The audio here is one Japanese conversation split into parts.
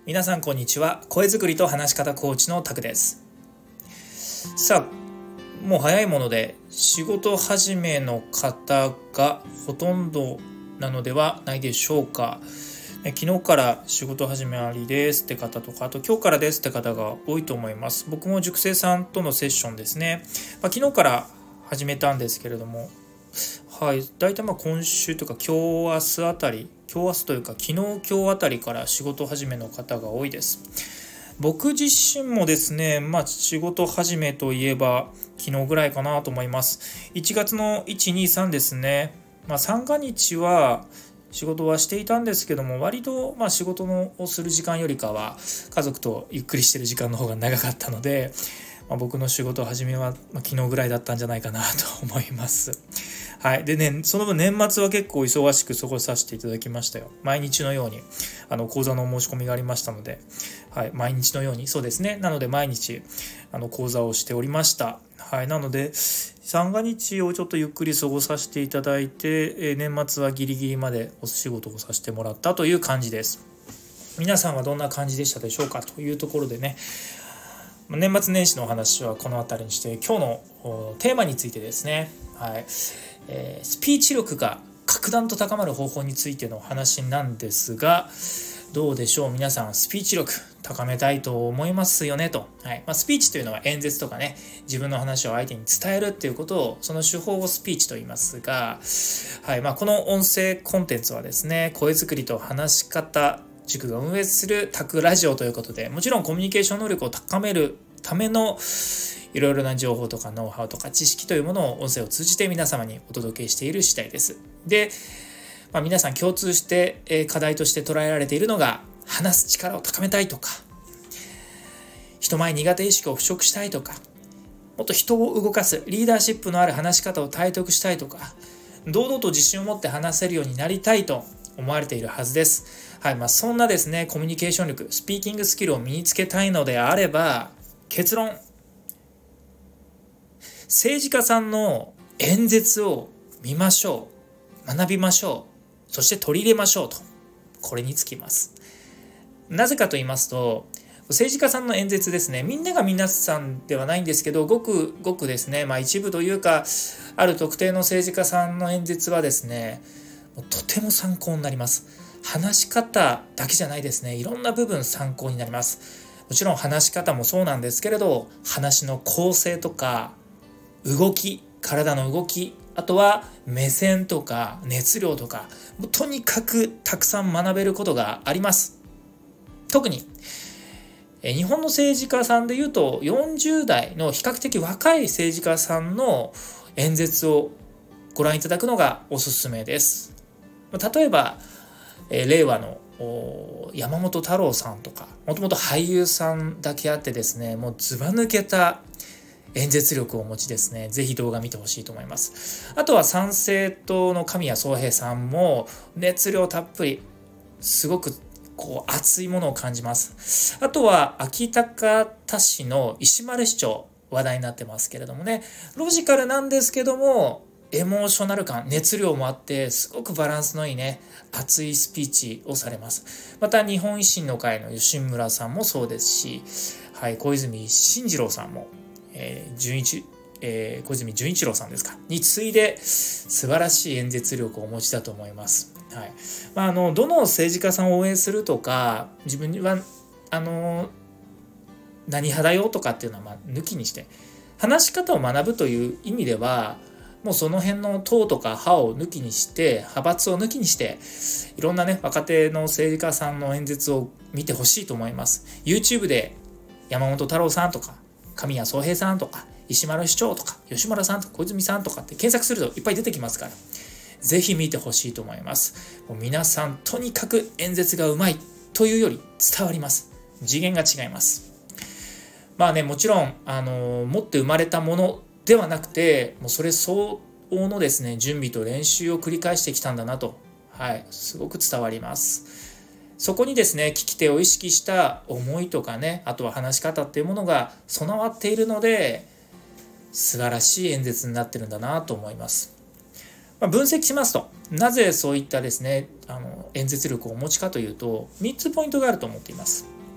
皆さんこんにちは。声作りと話し方コーチのタクです。さあ、もう早いもので仕事始めの方がほとんどなのではないでしょうか。昨日から仕事始めありですって方とか、あと今日からですって方が多いと思います。僕も塾生さんとのセッションですね、昨日から始めたんですけれども、だいたい今週とか今日明日あたり、今日明日というか昨日今日あたりから仕事始めの方が多いです。僕自身もですね、仕事始めといえば昨日ぐらいかなと思います。1月の1、2、3ですね。三が日は仕事はしていたんですけども、割と仕事をする時間よりかは家族とゆっくりしてる時間の方が長かったので、僕の仕事始めは昨日ぐらいだったんじゃないかなと思います。でね、その分年末は結構忙しく過ごさせていただきましたよ。毎日のように講座の申し込みがありましたので、毎日のように、そうですね、なので毎日講座をしておりました。なので三が日をちょっとゆっくり過ごさせていただいて、年末はギリギリまでお仕事をさせてもらったという感じです。皆さんはどんな感じでしたでしょうかというところでね、年末年始のお話はこの辺りにして、今日のテーマについてですね、スピーチ力が格段と高まる方法についてのお話なんですが、どうでしょう。皆さんスピーチ力高めたいと思いますよねと。スピーチというのは演説とかね、自分の話を相手に伝えるっていうことを、その手法をスピーチと言いますが、この音声コンテンツはですね、声作りと話し方塾が運営するタクラジオということで、もちろんコミュニケーション能力を高めるためのいろいろな情報とかノウハウとか知識というものを音声を通じて皆様にお届けしている次第です。で、皆さん共通して課題として捉えられているのが、話す力を高めたいとか、人前苦手意識を払拭したいとか、もっと人を動かすリーダーシップのある話し方を体得したいとか、堂々と自信を持って話せるようになりたいと思われているはずです。そんなですね、コミュニケーション力、スピーキングスキルを身につけたいのであれば、結論、政治家さんの演説を見ましょう、学びましょう、そして取り入れましょうと、これにつきます。なぜかと言いますと、政治家さんの演説ですね、みんなが皆さんではないんですけど、ごくごくですね、一部というか、ある特定の政治家さんの演説はですね、とても参考になります。話し方だけじゃないですね、いろんな部分参考になります。もちろん話し方もそうなんですけれど、話の構成とか動き、体の動き、あとは目線とか熱量とか、とにかくたくさん学べることがあります。特に日本の政治家さんでいうと、40代の比較的若い政治家さんの演説をご覧いただくのがおすすめです。例えば令和の山本太郎さんとか、もともと俳優さんだけあってですね、もうずば抜けた演説力をお持ちですね。ぜひ動画見てほしいと思います。あとは参政党の神谷宗平さんも熱量たっぷり、すごく熱いものを感じます。あとは秋高田市の石丸市長、話題になってますけれどもね、ロジカルなんですけどもエモーショナル感、熱量もあって、すごくバランスのいいね、熱いスピーチをされます。また日本維新の会の吉村さんもそうですし、小泉進次郎さんも小泉純一郎さんですかに次いで素晴らしい演説力をお持ちだと思います。どの政治家さんを応援するとか、自分は何派だよとかっていうのは抜きにして、話し方を学ぶという意味では、もうその辺の党とか派を抜きにして、派閥を抜きにして、いろんなね、若手の政治家さんの演説を見てほしいと思います。YouTube で山本太郎さんとか神谷宗平さんとか石丸市長とか吉村さんとか小泉さんとかって検索するといっぱい出てきますから、ぜひ見てほしいと思います。もう皆さんとにかく演説がうまいというより伝わります。次元が違います。もちろん持って生まれたものではなくて、もうそれ相応のですね、準備と練習を繰り返してきたんだなと、すごく伝わります。そこにですね、聞き手を意識した思いとかね、あとは話し方っていうものが備わっているので、素晴らしい演説になってるんだなと思います。分析しますと、なぜそういったですね、演説力をお持ちかというと、3つポイントがあると思っています。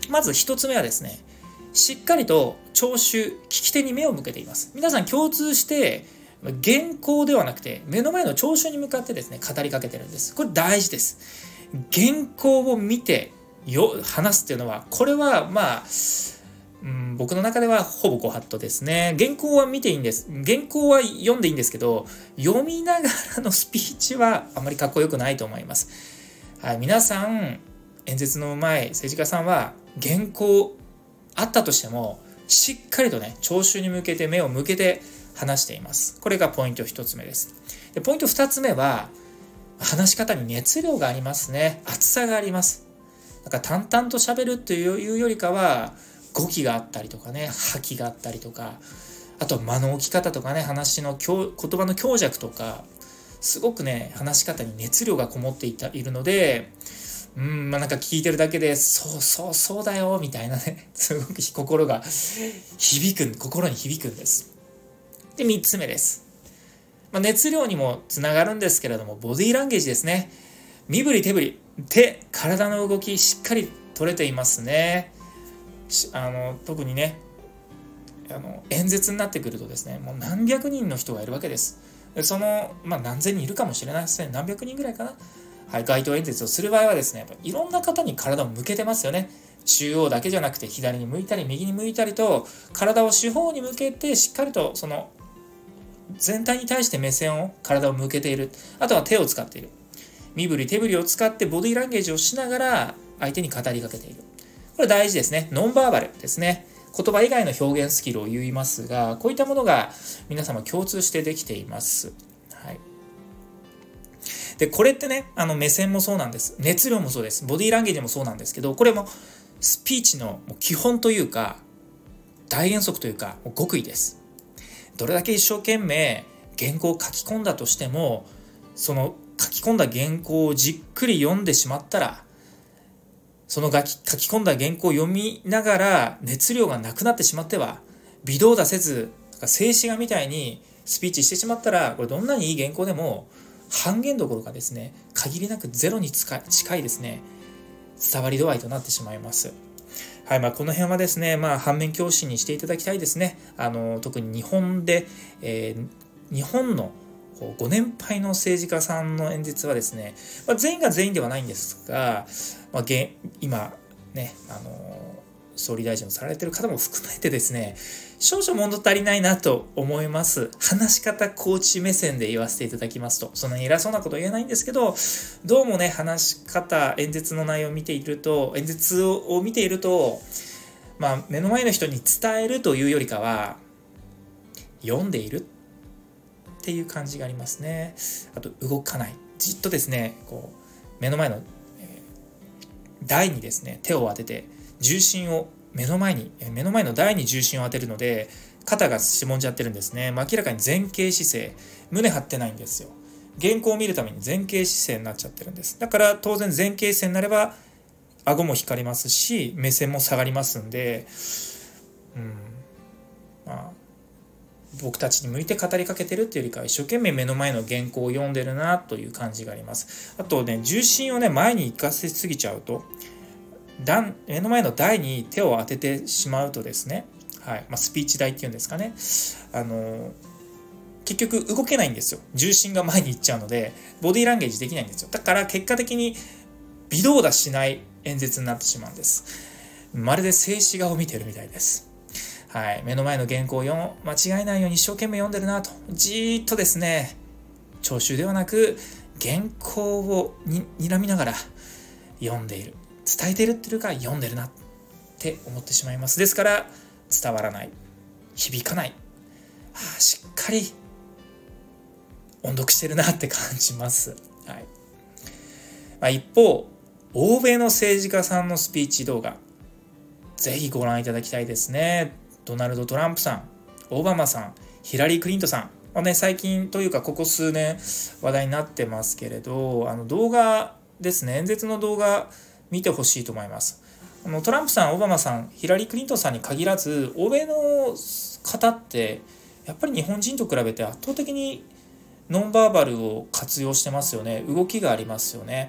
まず一つ目はですね、しっかりと聴衆、聞き手に目を向けています。皆さん共通して原稿ではなくて目の前の聴衆に向かってですね、語りかけてるんです。これ大事です。原稿を見て話すっていうのは、これは僕の中ではほぼご法度ですね。原稿は見ていいんです。原稿は読んでいいんですけど、読みながらのスピーチはあまりかっこよくないと思います。はい、皆さん演説の上手い政治家さんは原稿あったとしてもしっかりとね、聴衆に向けて目を向けて話しています。これがポイント一つ目です。で、ポイント二つ目は、話し方に熱量がありますね。熱さがあります。だから淡々と喋るというよりかは、語気があったりとかね、覇気があったりとか、あと間の置き方とかね、話の言葉の強弱とか、すごくね、話し方に熱量がこもっているので、なんか聞いてるだけで、そうだよみたいなね、すごく心に響くんです。で、3つ目です。熱量にもつながるんですけれども、ボディーランゲージですね。身振り手振り、体の動きしっかり取れていますね。特にね、演説になってくるとですね、もう何百人の人がいるわけです。何千人いるかもしれないですね。何百人ぐらいかな。はい、街頭演説をする場合はですね、やっぱいろんな方に体を向けてますよね。中央だけじゃなくて左に向いたり右に向いたりと、体を四方に向けてしっかりとその全体に対して体を向けている。あとは手を使っている。身振り手振りを使ってボディーランゲージをしながら相手に語りかけている。これ大事ですね。ノンバーバルですね。言葉以外の表現スキルを言いますが、こういったものが皆様共通してできています。はい。で、これってね、目線もそうなんです。熱量もそうです。ボディーランゲージもそうなんですけど、これもスピーチの基本というか、大原則というか、極意です。どれだけ一生懸命原稿を書き込んだとしても、その書き込んだ原稿をじっくり読んでしまったら、その書き込んだ原稿を読みながら熱量がなくなってしまっては、微動だせず、静止画みたいにスピーチしてしまったら、これどんなにいい原稿でも、半減どころかですね、限りなくゼロに近いですね、伝わり度合いとなってしまいます。はい、この辺はですね、反面教師にしていただきたいですね。特に日本で、日本のご年配の政治家さんの演説はですね、全員が全員ではないんですが、今ね、総理大臣をされている方も含めてですね、少々物足りないなと思います。話し方コーチ目線で言わせていただきますと、そんなに偉そうなこと言えないんですけど、どうもね、話し方、演説の内容を見ていると、目の前の人に伝えるというよりかは、読んでいるっていう感じがありますね。あと、動かない。じっとですね、目の前の、台にですね、手を当てて、重心を目の前の台に重心を当てるので、肩がしぼんじゃってるんですね。明らかに前傾姿勢、胸張ってないんですよ。原稿を見るために前傾姿勢になっちゃってるんです。だから当然前傾姿勢になれば顎も光りますし、目線も下がりますんで、僕たちに向いて語りかけてるっていうよりかは、一生懸命目の前の原稿を読んでるなという感じがあります。あとね、重心をね、前に行かせすぎちゃうと、目の前の台に手を当ててしまうとですね、はい、スピーチ台っていうんですかね、結局動けないんですよ。重心が前に行っちゃうので、ボディーランゲージできないんですよ。だから結果的に微動だしない演説になってしまうんです。まるで静止画を見てるみたいです。はい、目の前の原稿を間違えないように一生懸命読んでるなと、じーっとですね、聴衆ではなく原稿を睨みながら読んでいる、伝えているっていうか読んでるなって思ってしまいます。ですから伝わらない、響かない、しっかり音読してるなって感じます。はい。一方、欧米の政治家さんのスピーチ動画、ぜひご覧いただきたいですね。ドナルド・トランプさん、オバマさん、ヒラリー・クリントンさんはね、最近というかここ数年話題になってますけれど、動画ですね、演説の動画見てほしいと思います。トランプさん、オバマさん、ヒラリー・クリントンさんに限らず、欧米の方ってやっぱり日本人と比べて圧倒的にノンバーバルを活用してますよね。動きがありますよね。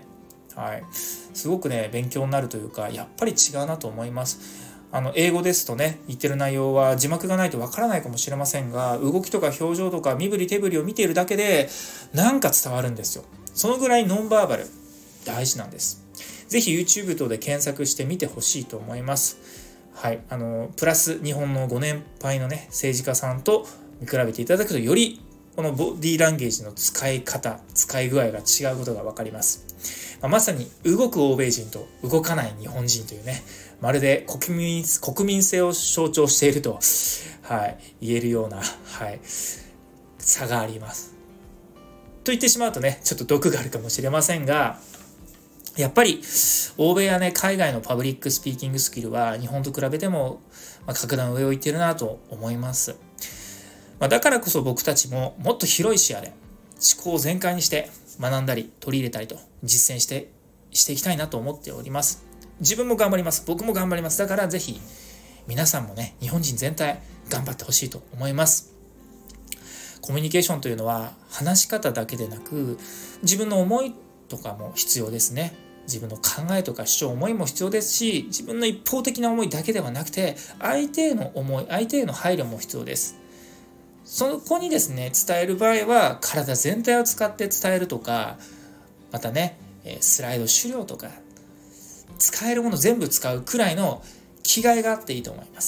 はい、すごくね勉強になるというか、やっぱり違うなと思います。英語ですとね、言ってる内容は字幕がないとわからないかもしれませんが、動きとか表情とか身振り手振りを見ているだけでなんか伝わるんですよ。そのぐらいノンバーバル大事なんです。ぜひ YouTube 等で検索してみてほしいと思います。はい、プラス日本のご年配のね政治家さんと見比べていただくと、よりこのボディーランゲージの使い方、使い具合が違うことが分かります。まさに動く欧米人と動かない日本人というね、まるで国民性を象徴していると、はい、言えるような、はい、差があります。と言ってしまうとね、ちょっと毒があるかもしれませんが、やっぱり欧米やね海外のパブリックスピーキングスキルは日本と比べても格段上を行っているなと思います。だからこそ僕たちももっと広い視野で思考を全開にして学んだり取り入れたりと実践していきたいなと思っております。自分も頑張ります。僕も頑張ります。だからぜひ皆さんもね、日本人全体頑張ってほしいと思います。コミュニケーションというのは話し方だけでなく、自分の思いとかも必要ですね。自分の考えとか主張、思いも必要ですし、自分の一方的な思いだけではなくて、相手への思い、相手への配慮も必要です。そこにですね、伝える場合は体全体を使って伝えるとか、またね、スライド資料とか使えるもの全部使うくらいの気概があっていいと思います。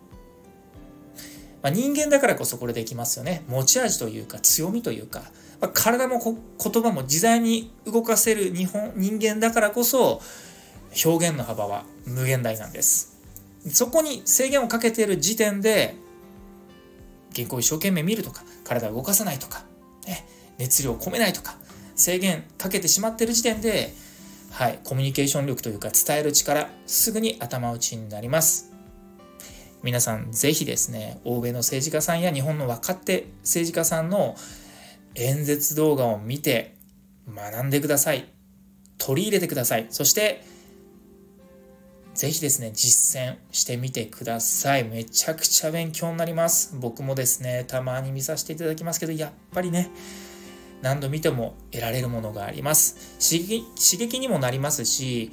人間だからこそこれできますよね。持ち味というか強みというか、体も言葉も自在に動かせる人間だからこそ表現の幅は無限大なんです。そこに制限をかけている時点で、原稿を一生懸命見るとか、体を動かさないとか、熱量を込めないとか、制限かけてしまっている時点で、はい、コミュニケーション力というか伝える力、すぐに頭打ちになります。皆さんぜひですね、欧米の政治家さんや日本の若手政治家さんの演説動画を見て学んでください。取り入れてください。そしてぜひですね、実践してみてください。めちゃくちゃ勉強になります。僕もですね、たまに見させていただきますけど、やっぱりね、何度見ても得られるものがあります。刺激にもなりますし、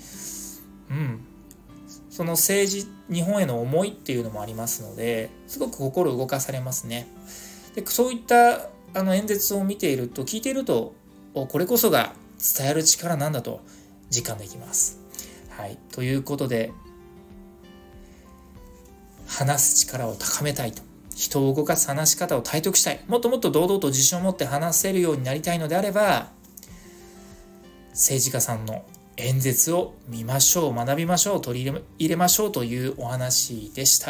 その日本への思いっていうのもありますので、すごく心動かされますね。で、そういった演説を見ていると、聞いていると、これこそが伝える力なんだと実感できます。はい、ということで、話す力を高めたいと、人を動かす話し方を体得したい、もっともっと堂々と自信を持って話せるようになりたいのであれば、政治家さんの演説を見ましょう、学びましょう、取り入れましょうというお話でした。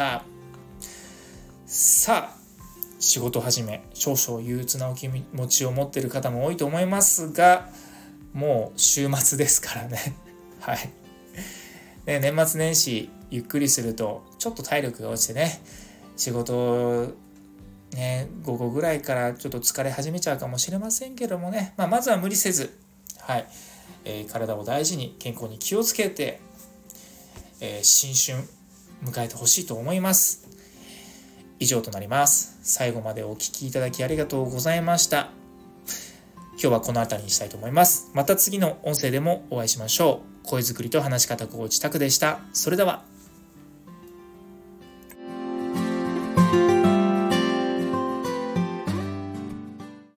さあ、仕事始め、少々憂鬱なお気持ちを持っている方も多いと思いますが、もう週末ですからね。はい。で、年末年始ゆっくりするとちょっと体力が落ちてね、仕事ね、午後ぐらいからちょっと疲れ始めちゃうかもしれませんけどもね、まずは無理せず、はい、体を大事に健康に気をつけて、新春迎えてほしいと思います。以上となります。最後までお聞きいただきありがとうございました。今日はこの辺りにしたいと思います。また次の音声でもお会いしましょう。声作りと話し方コーチタクでした。それでは。